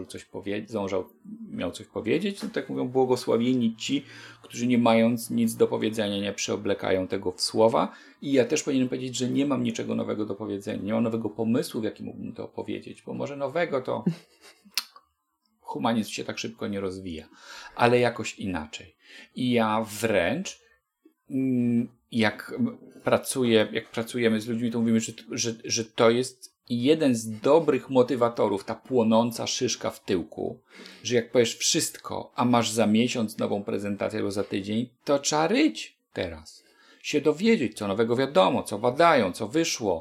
miał coś powiedzieć, to tak mówią, błogosławieni ci, którzy nie mając nic do powiedzenia, nie przeoblekają tego w słowa. I ja też powinienem powiedzieć, że nie mam niczego nowego do powiedzenia, nie mam nowego pomysłu, w jaki mógłbym to opowiedzieć, bo może nowego to humanizm się tak szybko nie rozwija, ale jakoś inaczej. I ja wręcz jak pracujemy z ludźmi, to mówimy, że to jest jeden z dobrych motywatorów, ta płonąca szyszka w tyłku, że jak powiesz wszystko, a masz za miesiąc nową prezentację albo za tydzień, to trzeba ryć teraz. Się dowiedzieć, co nowego wiadomo, co badają, co wyszło,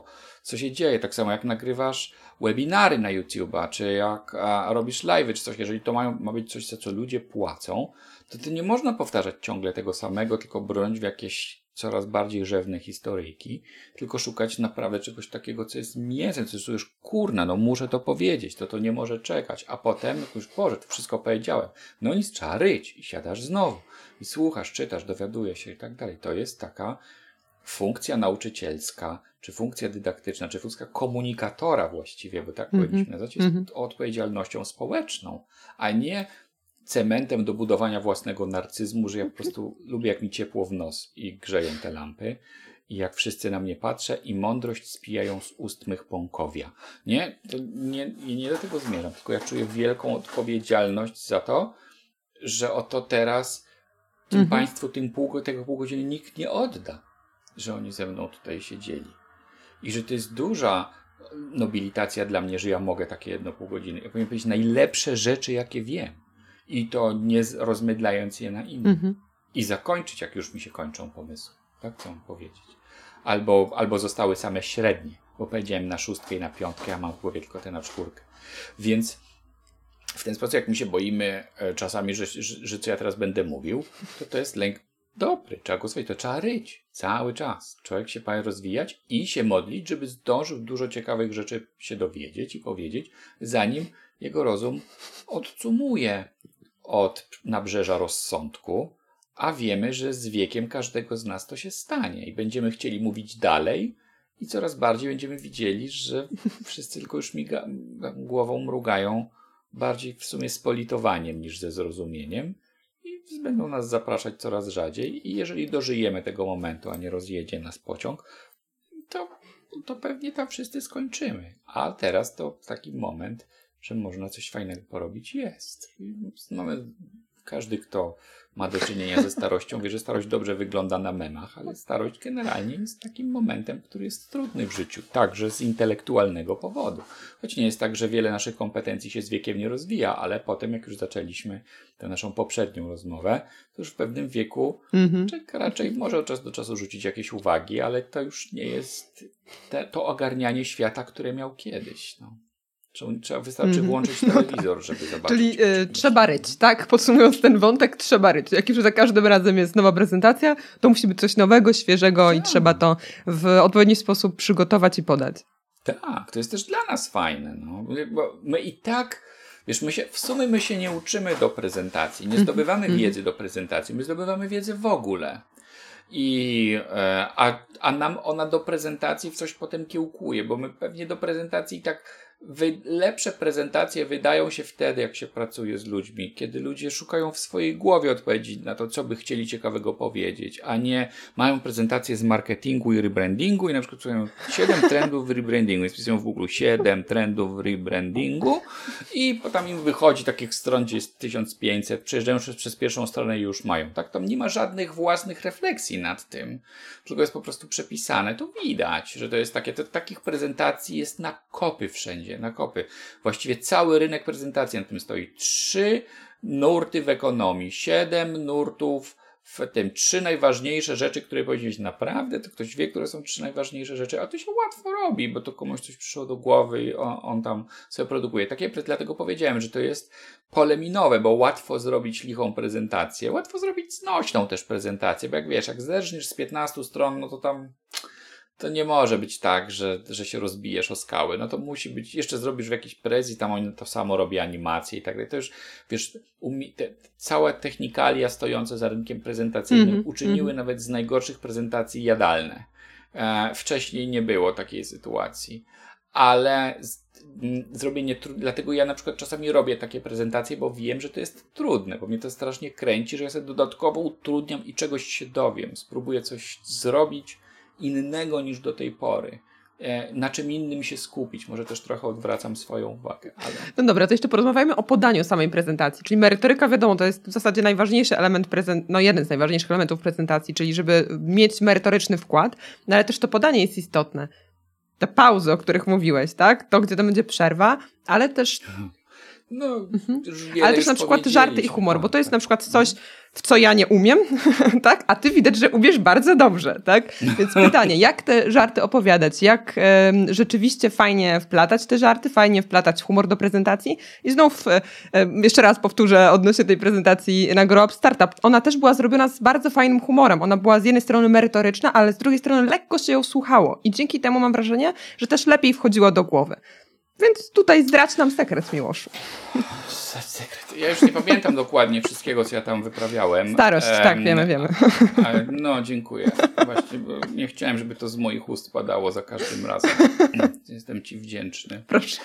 co się dzieje. Tak samo jak nagrywasz webinary na YouTube'a, czy jak robisz live'y, czy coś. Jeżeli to ma być coś, za co ludzie płacą, to nie można powtarzać ciągle tego samego, tylko brnąć w jakieś coraz bardziej rzewne historyjki, tylko szukać naprawdę czegoś takiego, co jest mięsem, co jest już kurna, no muszę to powiedzieć, to nie może czekać, a potem już Boże, to wszystko powiedziałem. No nic, trzeba ryć i siadasz znowu i słuchasz, czytasz, dowiadujesz się i tak dalej. To jest taka funkcja nauczycielska, czy funkcja dydaktyczna, czy funkcja komunikatora właściwie, bo tak powinniśmy nazwać, jest odpowiedzialnością społeczną, a nie cementem do budowania własnego narcyzmu, że ja po prostu lubię, jak mi ciepło w nos i grzeją te lampy i jak wszyscy na mnie patrzą i mądrość spijają z ust mych pąkowia. Nie, to nie do tego zmierzam, tylko ja czuję wielką odpowiedzialność za to, że oto teraz tym państwu tego pół godziny nikt nie odda, że oni ze mną tutaj siedzieli. I że to jest duża nobilitacja dla mnie, że ja mogę takie 1,5 godziny. Ja powinien powiedzieć najlepsze rzeczy, jakie wiem. I to nie rozmydlając je na innych. I zakończyć, jak już mi się kończą pomysły. Tak chcę powiedzieć. Albo zostały same średnie, bo powiedziałem na 6 i na 5, a mam w głowie tylko tę na 4. Więc w ten sposób, jak my się boimy czasami, że co ja teraz będę mówił, to jest lęk dobry. Trzeba go swoje, to trzeba ryć cały czas. Człowiek się powinien rozwijać i się modlić, żeby zdążył dużo ciekawych rzeczy się dowiedzieć i powiedzieć, zanim jego rozum odcumuje od nabrzeża rozsądku, a wiemy, że z wiekiem każdego z nas to się stanie i będziemy chcieli mówić dalej i coraz bardziej będziemy widzieli, że wszyscy tylko już głową mrugają bardziej w sumie z politowaniem niż ze zrozumieniem i będą nas zapraszać coraz rzadziej i jeżeli dożyjemy tego momentu, a nie rozjedzie nas pociąg, to pewnie tam wszyscy skończymy. A teraz to taki moment, że można coś fajnego porobić jest. Każdy, kto ma do czynienia ze starością, wie, że starość dobrze wygląda na memach, ale starość generalnie jest takim momentem, który jest trudny w życiu, także z intelektualnego powodu. Choć nie jest tak, że wiele naszych kompetencji się z wiekiem nie rozwija, ale potem, jak już zaczęliśmy tę naszą poprzednią rozmowę, to już w pewnym wieku raczej może od czasu do czasu rzucić jakieś uwagi, ale to już nie jest to ogarnianie świata, które miał kiedyś. Wystarczy włączyć telewizor, żeby zobaczyć. Czyli trzeba ryć, tak? Podsumując ten wątek, trzeba ryć. Jak już za każdym razem jest nowa prezentacja, to musi być coś nowego, świeżego i trzeba to w odpowiedni sposób przygotować i podać. Tak, to jest też dla nas fajne. No. Bo my i tak, wiesz, w sumie my się nie uczymy do prezentacji, nie zdobywamy wiedzy do prezentacji, my zdobywamy wiedzę w ogóle. A nam ona do prezentacji w coś potem kiełkuje, bo my pewnie do prezentacji tak lepsze prezentacje wydają się wtedy, jak się pracuje z ludźmi, kiedy ludzie szukają w swojej głowie odpowiedzi na to, co by chcieli ciekawego powiedzieć, a nie mają prezentację z marketingu i rebrandingu i na przykład słuchają 7 trendów w rebrandingu i spisują w Google 7 trendów w rebrandingu i potem im wychodzi takich stron, gdzie jest 1500, przejeżdżają przez pierwszą stronę i już mają. Tak, tam nie ma żadnych własnych refleksji nad tym, tylko jest po prostu przepisane. To widać, że to jest takich prezentacji jest na kopy wszędzie. Na kopy. Właściwie cały rynek prezentacji na tym stoi. 3 nurty w ekonomii, 7 nurtów w tym. 3 najważniejsze rzeczy, które powiedzieć naprawdę, to ktoś wie, które są 3 najważniejsze rzeczy, a to się łatwo robi, bo to komuś coś przyszło do głowy i on tam sobie produkuje. Dlatego powiedziałem, że to jest pole minowe, bo łatwo zrobić lichą prezentację, łatwo zrobić znośną też prezentację, bo jak wiesz, jak zerżniesz z 15 stron, no to tam to nie może być tak, że się rozbijesz o skały. No to musi być, jeszcze zrobisz w jakiejś prezji, tam on to samo robi animacje i tak dalej. To już, wiesz, całe technikalia stojące za rynkiem prezentacyjnym uczyniły nawet z najgorszych prezentacji jadalne. Wcześniej nie było takiej sytuacji. Ale dlatego ja na przykład czasami robię takie prezentacje, bo wiem, że to jest trudne, bo mnie to strasznie kręci, że ja sobie dodatkowo utrudniam i czegoś się dowiem. Spróbuję coś zrobić innego niż do tej pory. Na czym innym się skupić. Może też trochę odwracam swoją uwagę. Ale... No dobra, to jeszcze porozmawiajmy o podaniu samej prezentacji. Czyli merytoryka, wiadomo, to jest w zasadzie najważniejszy element jeden z najważniejszych elementów prezentacji, czyli żeby mieć merytoryczny wkład, no ale też to podanie jest istotne. Te pauzy, o których mówiłeś, tak? To, gdzie to będzie przerwa, ale też Ale też na przykład żarty i humor, bo to jest na przykład coś, w co ja nie umiem, tak? A ty widać, że umiesz bardzo dobrze, tak? Więc pytanie, jak te żarty opowiadać? Jak rzeczywiście fajnie wplatać te żarty, fajnie wplatać humor do prezentacji? I znów jeszcze raz powtórzę odnośnie tej prezentacji na Grow Up Startup. Ona też była zrobiona z bardzo fajnym humorem. Ona była z jednej strony merytoryczna, ale z drugiej strony lekko się ją słuchało. I dzięki temu mam wrażenie, że też lepiej wchodziła do głowy. Więc tutaj zdradź nam sekret, Miłoszu. Sekret. Ja już nie pamiętam dokładnie wszystkiego, co ja tam wyprawiałem. Starość, tak, wiemy. No, dziękuję. Właśnie, bo nie chciałem, żeby to z moich ust padało za każdym razem. Jestem ci wdzięczny. Proszę.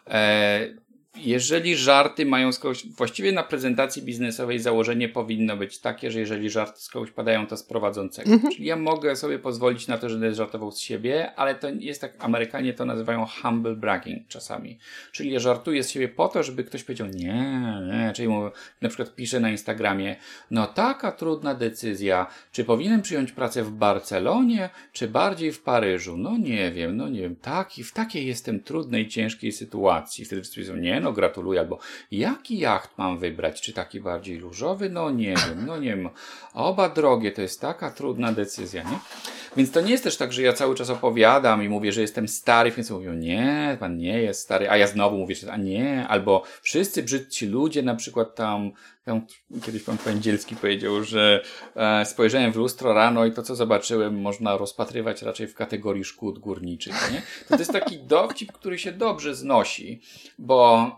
Jeżeli żarty mają z kogoś, właściwie na prezentacji biznesowej założenie powinno być takie, że jeżeli żarty z kogoś padają, to z prowadzącego. Czyli ja mogę sobie pozwolić na to, że będę żartował z siebie, ale to jest tak, Amerykanie to nazywają humble bragging czasami. Czyli ja żartuję z siebie po to, żeby ktoś powiedział nie. Czyli na przykład piszę na Instagramie, no taka trudna decyzja, czy powinienem przyjąć pracę w Barcelonie, czy bardziej w Paryżu? No nie wiem, w takiej jestem trudnej, ciężkiej sytuacji. Wtedy wszyscy powiedzą, nie, no gratuluję, albo jaki jacht mam wybrać, czy taki bardziej różowy? No nie wiem, oba drogie, to jest taka trudna decyzja, nie? Więc to nie jest też tak, że ja cały czas opowiadam i mówię, że jestem stary, więc mówią, nie, pan nie jest stary, a ja znowu mówię, że nie, albo wszyscy brzydci ludzie, na przykład tam kiedyś pan Pędzielski powiedział, że spojrzałem w lustro rano i to, co zobaczyłem, można rozpatrywać raczej w kategorii szkód górniczych, nie? To jest taki dowcip, który się dobrze znosi, bo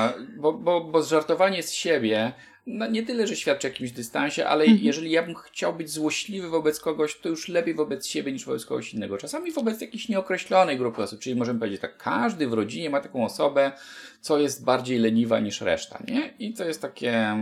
zżartowanie z siebie no nie tyle, że świadczy o jakimś dystansie, ale jeżeli ja bym chciał być złośliwy wobec kogoś, to już lepiej wobec siebie niż wobec kogoś innego. Czasami wobec jakiejś nieokreślonej grupy osób, czyli możemy powiedzieć tak, każdy w rodzinie ma taką osobę, co jest bardziej leniwa niż reszta, nie? I to jest takie,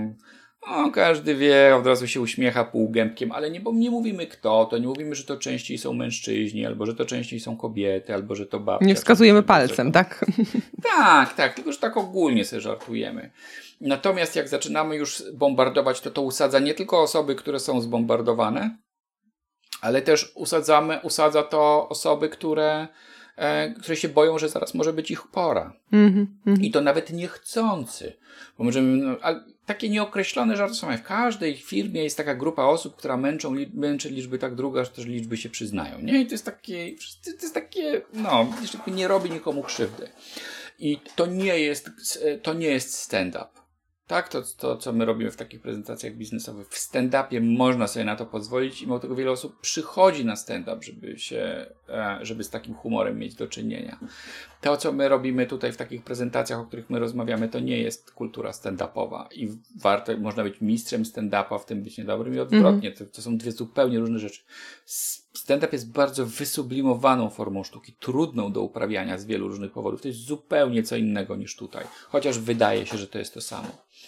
każdy wie, od razu się uśmiecha półgębkiem, ale nie mówimy kto to, nie mówimy, że to częściej są mężczyźni, albo że to częściej są kobiety, albo że to babcia. Nie wskazujemy palcem, tak? Tak, tylko że tak ogólnie sobie żartujemy. Natomiast jak zaczynamy już bombardować, to usadza nie tylko osoby, które są zbombardowane, ale też usadza to osoby, które się boją, że zaraz może być ich pora. I to nawet niechcący. Bo możemy, takie nieokreślone żarty są. W każdej firmie jest taka grupa osób, która męczy liczby tak druga, że też liczby się przyznają. Nie? I to jest takie, nie robi nikomu krzywdy. I to nie jest stand-up. Tak, to co my robimy w takich prezentacjach biznesowych. W stand-upie można sobie na to pozwolić i mało tego wiele osób przychodzi na stand-up, żeby z takim humorem mieć do czynienia. To, co my robimy tutaj w takich prezentacjach, o których my rozmawiamy, to nie jest kultura stand-upowa i można być mistrzem stand-upa, w tym być niedobrym i odwrotnie. To są dwie zupełnie różne rzeczy. Stand-up jest bardzo wysublimowaną formą sztuki, trudną do uprawiania z wielu różnych powodów. To jest zupełnie co innego niż tutaj, chociaż wydaje się, że to jest to samo.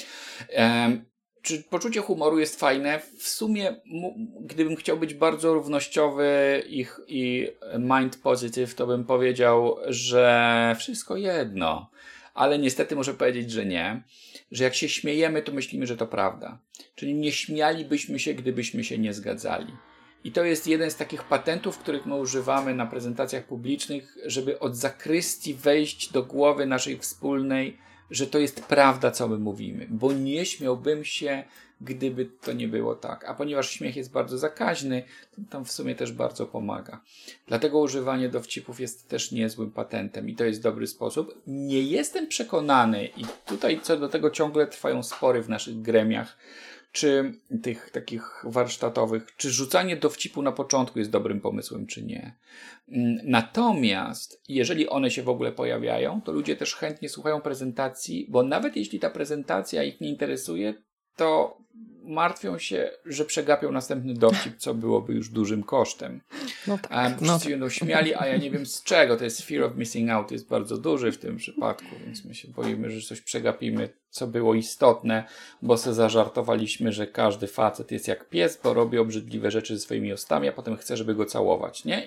Czy poczucie humoru jest fajne? W sumie, gdybym chciał być bardzo równościowy i mind positive, to bym powiedział, że wszystko jedno. Ale niestety muszę powiedzieć, że nie. Że jak się śmiejemy, to myślimy, że to prawda. Czyli nie śmialibyśmy się, gdybyśmy się nie zgadzali. I to jest jeden z takich patentów, których my używamy na prezentacjach publicznych, żeby od zakrystii wejść do głowy naszej wspólnej, że to jest prawda, co my mówimy. Bo nie śmiałbym się, gdyby to nie było tak. A ponieważ śmiech jest bardzo zakaźny, to tam w sumie też bardzo pomaga. Dlatego używanie dowcipów jest też niezłym patentem i to jest dobry sposób. Nie jestem przekonany i tutaj co do tego ciągle trwają spory w naszych gremiach, czy tych takich warsztatowych, czy rzucanie dowcipu na początku jest dobrym pomysłem, czy nie. Natomiast jeżeli one się w ogóle pojawiają, to ludzie też chętnie słuchają prezentacji, bo nawet jeśli ta prezentacja ich nie interesuje, to martwią się, że przegapią następny dowcip, co byłoby już dużym kosztem. Wszyscy będą śmiali, a ja nie wiem z czego. To jest fear of missing out, jest bardzo duży w tym przypadku, więc my się boimy, że coś przegapimy, co było istotne, bo sobie zażartowaliśmy, że każdy facet jest jak pies, bo robi obrzydliwe rzeczy ze swoimi ustami, a potem chce, żeby go całować, nie?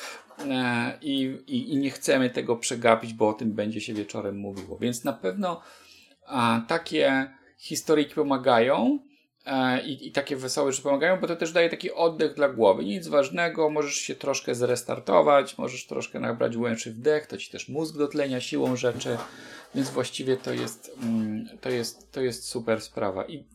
I nie chcemy tego przegapić, bo o tym będzie się wieczorem mówiło. Więc na pewno takie historyjki pomagają. i takie wesołe rzeczy pomagają, bo to też daje taki oddech dla głowy. Nic ważnego, możesz się troszkę zrestartować, możesz troszkę nabrać głębszy wdech, to ci też mózg dotlenia siłą rzeczy, więc właściwie to jest super sprawa. I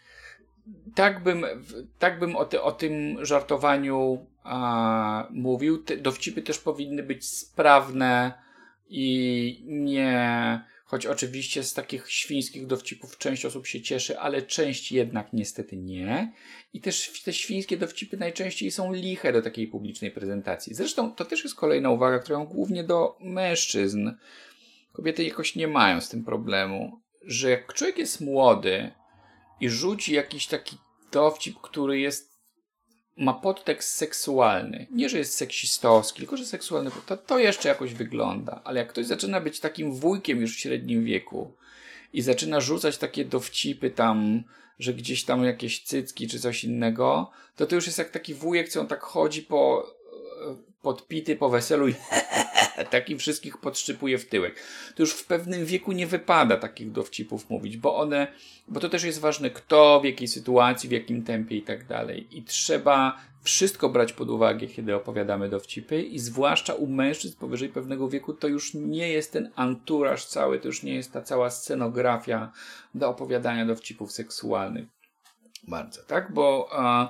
tak bym o tym żartowaniu mówił. Te dowcipy też powinny być sprawne i nie... Choć oczywiście z takich świńskich dowcipów część osób się cieszy, ale część jednak niestety nie. I też te świńskie dowcipy najczęściej są liche do takiej publicznej prezentacji. Zresztą to też jest kolejna uwaga, którą głównie do mężczyzn. Kobiety jakoś nie mają z tym problemu, że jak człowiek jest młody i rzuci jakiś taki dowcip, który ma podtekst seksualny. Nie, że jest seksistowski, tylko że seksualny. To jeszcze jakoś wygląda. Ale jak ktoś zaczyna być takim wujkiem już w średnim wieku i zaczyna rzucać takie dowcipy tam, że gdzieś tam jakieś cycki czy coś innego, to już jest jak taki wujek, co on tak chodzi podpity po weselu i taki wszystkich podszczypuje w tyłek. To już w pewnym wieku nie wypada takich dowcipów mówić, bo to też jest ważne, kto, w jakiej sytuacji, w jakim tempie i tak dalej. I trzeba wszystko brać pod uwagę, kiedy opowiadamy dowcipy i zwłaszcza u mężczyzn powyżej pewnego wieku to już nie jest ten anturaż cały, to już nie jest ta cała scenografia do opowiadania dowcipów seksualnych. Bardzo, tak? Bo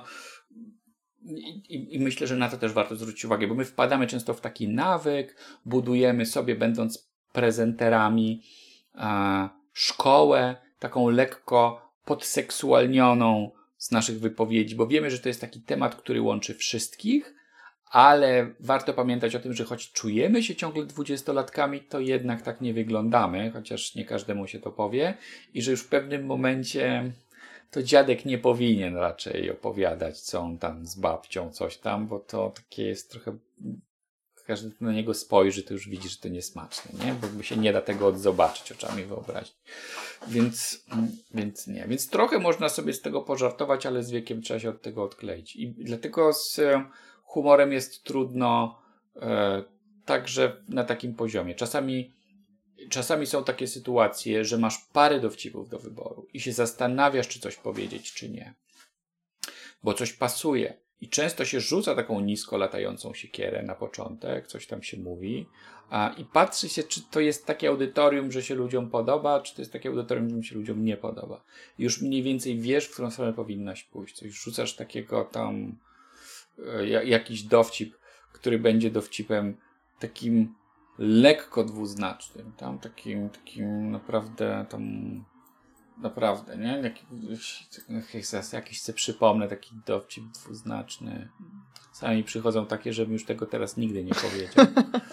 I myślę, że na to też warto zwrócić uwagę, bo my wpadamy często w taki nawyk, budujemy sobie, będąc prezenterami, szkołę taką lekko podseksualnioną z naszych wypowiedzi, bo wiemy, że to jest taki temat, który łączy wszystkich, ale warto pamiętać o tym, że choć czujemy się ciągle 20-latkami, to jednak tak nie wyglądamy, chociaż nie każdemu się to powie i że już w pewnym momencie... to dziadek nie powinien raczej opowiadać, co on tam z babcią, coś tam, bo to takie jest trochę... Każdy na niego spojrzy, to już widzi, że to niesmaczne, nie? Bo się nie da tego odzobaczyć oczami wyobraźni. Więc nie. Więc trochę można sobie z tego pożartować, ale z wiekiem trzeba się od tego odkleić. I dlatego z humorem jest trudno także na takim poziomie. Czasami są takie sytuacje, że masz parę dowcipów do wyboru i się zastanawiasz, czy coś powiedzieć, czy nie. Bo coś pasuje. I często się rzuca taką nisko latającą siekierę na początek, coś tam się mówi i patrzy się, czy to jest takie audytorium, że się ludziom podoba, czy to jest takie audytorium, że się ludziom nie podoba. I już mniej więcej wiesz, w którą stronę powinnaś pójść. Coś rzucasz takiego tam, jakiś dowcip, który będzie dowcipem takim lekko dwuznacznym, tam takim naprawdę, nie? Jakiś sobie przypomnę, taki dowcip dwuznaczny. Sami przychodzą takie, żebym już tego teraz nigdy nie powiedział.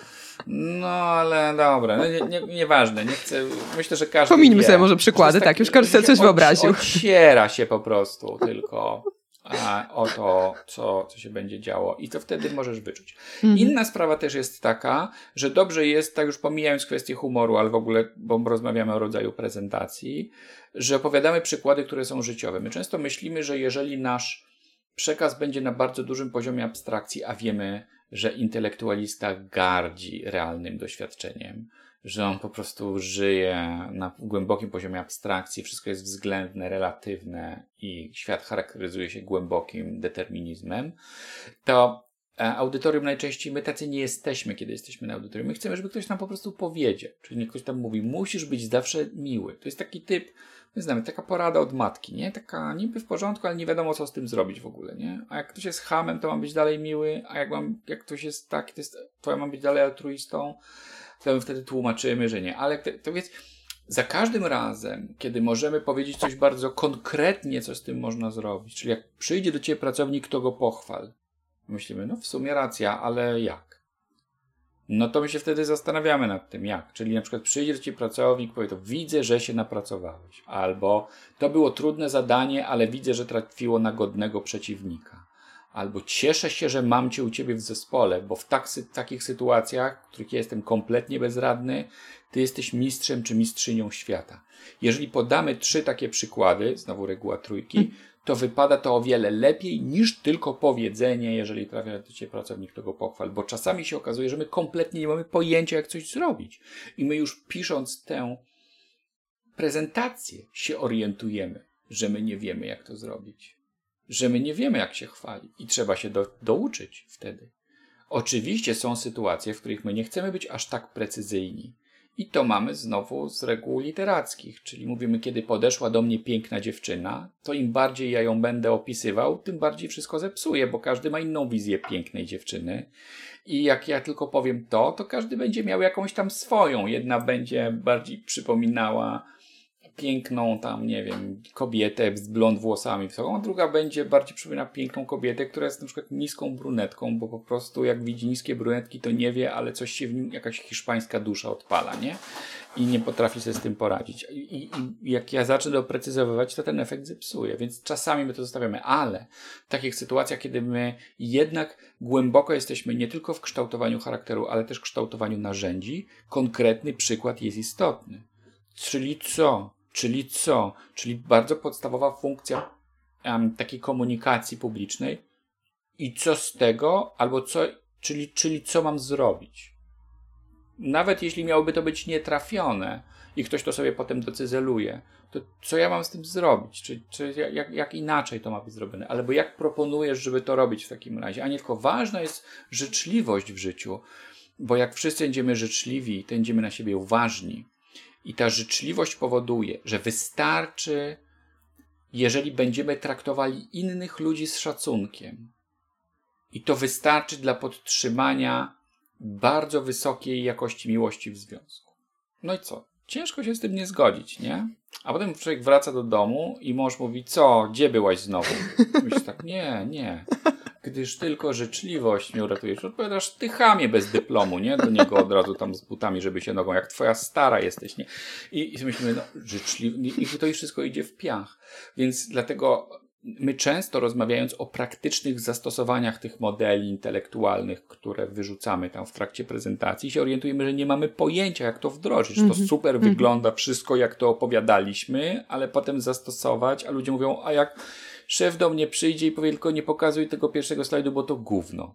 No, ale dobra, nieważne, nie chcę, myślę, że każdy Pomińmy wie, sobie może przykłady, tak, już każdy sobie coś wyobraził. Ociera się po prostu tylko o to, co się będzie działo i to wtedy możesz wyczuć. Inna sprawa też jest taka, że dobrze jest, tak już pomijając kwestię humoru, ale w ogóle, bo rozmawiamy o rodzaju prezentacji, że opowiadamy przykłady, które są życiowe. My często myślimy, że jeżeli nasz przekaz będzie na bardzo dużym poziomie abstrakcji, a wiemy, że intelektualista gardzi realnym doświadczeniem, że on po prostu żyje na głębokim poziomie abstrakcji, wszystko jest względne, relatywne i świat charakteryzuje się głębokim determinizmem, to audytorium najczęściej, my tacy nie jesteśmy, kiedy jesteśmy na audytorium. My chcemy, żeby ktoś nam po prostu powiedział. Czyli ktoś tam mówi, musisz być zawsze miły. To jest taki typ, my znamy, taka porada od matki, nie? Taka niby w porządku, ale nie wiadomo, co z tym zrobić w ogóle, nie? A jak ktoś jest chamem, to mam być dalej miły, a jak ktoś jest taki, to ja mam być dalej altruistą, to my wtedy tłumaczymy, że nie. Ale to więc za każdym razem, kiedy możemy powiedzieć coś bardzo konkretnie, co z tym można zrobić, czyli jak przyjdzie do ciebie pracownik, to go pochwal. Myślimy, no w sumie racja, ale jak? No to my się wtedy zastanawiamy nad tym, jak. Czyli na przykład przyjdzie do ciebie pracownik, powie to, widzę, że się napracowałeś. Albo to było trudne zadanie, ale widzę, że trafiło na godnego przeciwnika. Albo cieszę się, że mam cię u ciebie w zespole, bo w takich sytuacjach, w których ja jestem kompletnie bezradny, ty jesteś mistrzem czy mistrzynią świata. Jeżeli podamy 3 takie przykłady, znowu reguła trójki, to wypada to o wiele lepiej niż tylko powiedzenie, jeżeli trafia do ciebie pracownik, to go pochwal. Bo czasami się okazuje, że my kompletnie nie mamy pojęcia, jak coś zrobić. I my już pisząc tę prezentację się orientujemy, że my nie wiemy, jak to zrobić. Że my nie wiemy, jak się chwalić. I trzeba się douczyć wtedy. Oczywiście są sytuacje, w których my nie chcemy być aż tak precyzyjni. I to mamy znowu z reguł literackich. Czyli mówimy, kiedy podeszła do mnie piękna dziewczyna, to im bardziej ja ją będę opisywał, tym bardziej wszystko zepsuję, bo każdy ma inną wizję pięknej dziewczyny. I jak ja tylko powiem to każdy będzie miał jakąś tam swoją. Jedna będzie bardziej przypominała piękną tam, nie wiem, kobietę z blond włosami, a druga będzie bardziej przypominała piękną kobietę, która jest na przykład niską brunetką, bo po prostu jak widzi niskie brunetki, to nie wie, ale coś się w nim, jakaś hiszpańska dusza odpala, nie? I nie potrafi sobie z tym poradzić. I jak ja zacznę doprecyzowywać, to ten efekt zepsuje, więc czasami my to zostawiamy, ale w takich sytuacjach, kiedy my jednak głęboko jesteśmy nie tylko w kształtowaniu charakteru, ale też w kształtowaniu narzędzi, konkretny przykład jest istotny. Czyli co? Czyli bardzo podstawowa funkcja takiej komunikacji publicznej. I co z tego? Albo co, czyli co mam zrobić? Nawet jeśli miałoby to być nietrafione i ktoś to sobie potem docyzeluje, to co ja mam z tym zrobić? Jak inaczej to ma być zrobione? Albo jak proponujesz, żeby to robić w takim razie? A nie tylko ważna jest życzliwość w życiu, bo jak wszyscy będziemy życzliwi, to będziemy na siebie uważni. I ta życzliwość powoduje, że wystarczy, jeżeli będziemy traktowali innych ludzi z szacunkiem. I to wystarczy dla podtrzymania bardzo wysokiej jakości miłości w związku. No i co? Ciężko się z tym nie zgodzić, nie? A potem człowiek wraca do domu i mąż mówi, co? Gdzie byłaś znowu? Myślisz tak, nie. Gdyż tylko życzliwość mnie uratujesz. Odpowiadasz, ty chamie bez dyplomu, nie? Do niego od razu tam z butami, żeby się nogą, jak twoja stara jesteś, nie? I myślimy, życzliwie, i to już wszystko idzie w piach. Więc dlatego my często rozmawiając o praktycznych zastosowaniach tych modeli intelektualnych, które wyrzucamy tam w trakcie prezentacji, się orientujemy, że nie mamy pojęcia, jak to wdrożyć. To super wygląda wszystko, jak to opowiadaliśmy, ale potem zastosować, a ludzie mówią, a jak szef do mnie przyjdzie i powie, tylko nie pokazuj tego pierwszego slajdu, bo to gówno.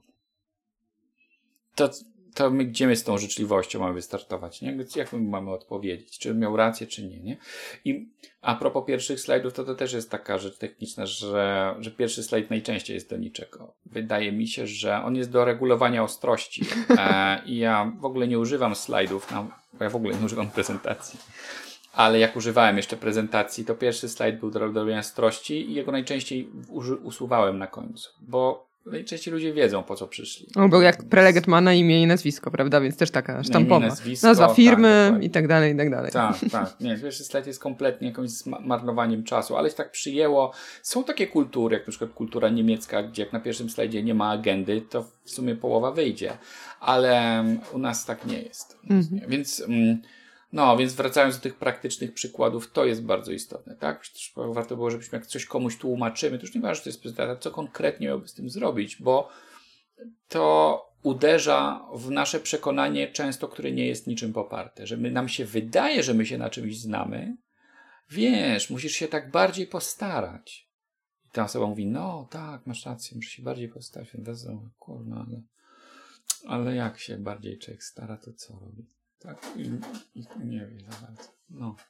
To my gdzie my z tą życzliwością mamy wystartować, nie? Więc jak my mamy odpowiedzieć? Czy miał rację, czy nie? I a propos pierwszych slajdów, to też jest taka rzecz techniczna, że pierwszy slajd najczęściej jest do niczego. Wydaje mi się, że on jest do regulowania ostrości. I ja w ogóle nie używam slajdów, bo ja w ogóle nie używam prezentacji. Ale jak używałem jeszcze prezentacji, to pierwszy slajd był do regulowania ostrości i jego najczęściej usuwałem na końcu, bo najczęściej ludzie wiedzą, po co przyszli. Bo jak prelegent ma na imię i nazwisko, prawda? Więc też taka sztampowa. Nazwa firmy tak, i tak dalej, i tak dalej. Tak. Nie, pierwszy slajd jest kompletnie jakimś zmarnowaniem czasu, ale się tak przyjęło. Są takie kultury, jak na przykład kultura niemiecka, gdzie jak na pierwszym slajdzie nie ma agendy, to w sumie połowa wyjdzie. Ale u nas tak nie jest. Więc wracając do tych praktycznych przykładów, to jest bardzo istotne, tak? Warto było, żebyśmy jak coś komuś tłumaczymy, to już nieważne, że to jest prezentacja, co konkretnie miałby z tym zrobić, bo to uderza w nasze przekonanie często, które nie jest niczym poparte, że nam się wydaje, że my się na czymś znamy, wiesz, musisz się tak bardziej postarać. I ta osoba mówi, no tak, masz rację, muszę się bardziej postarać. Kurwa, ale jak się bardziej człowiek stara, to co robi? Tak, i nie wiem za bardzo. No.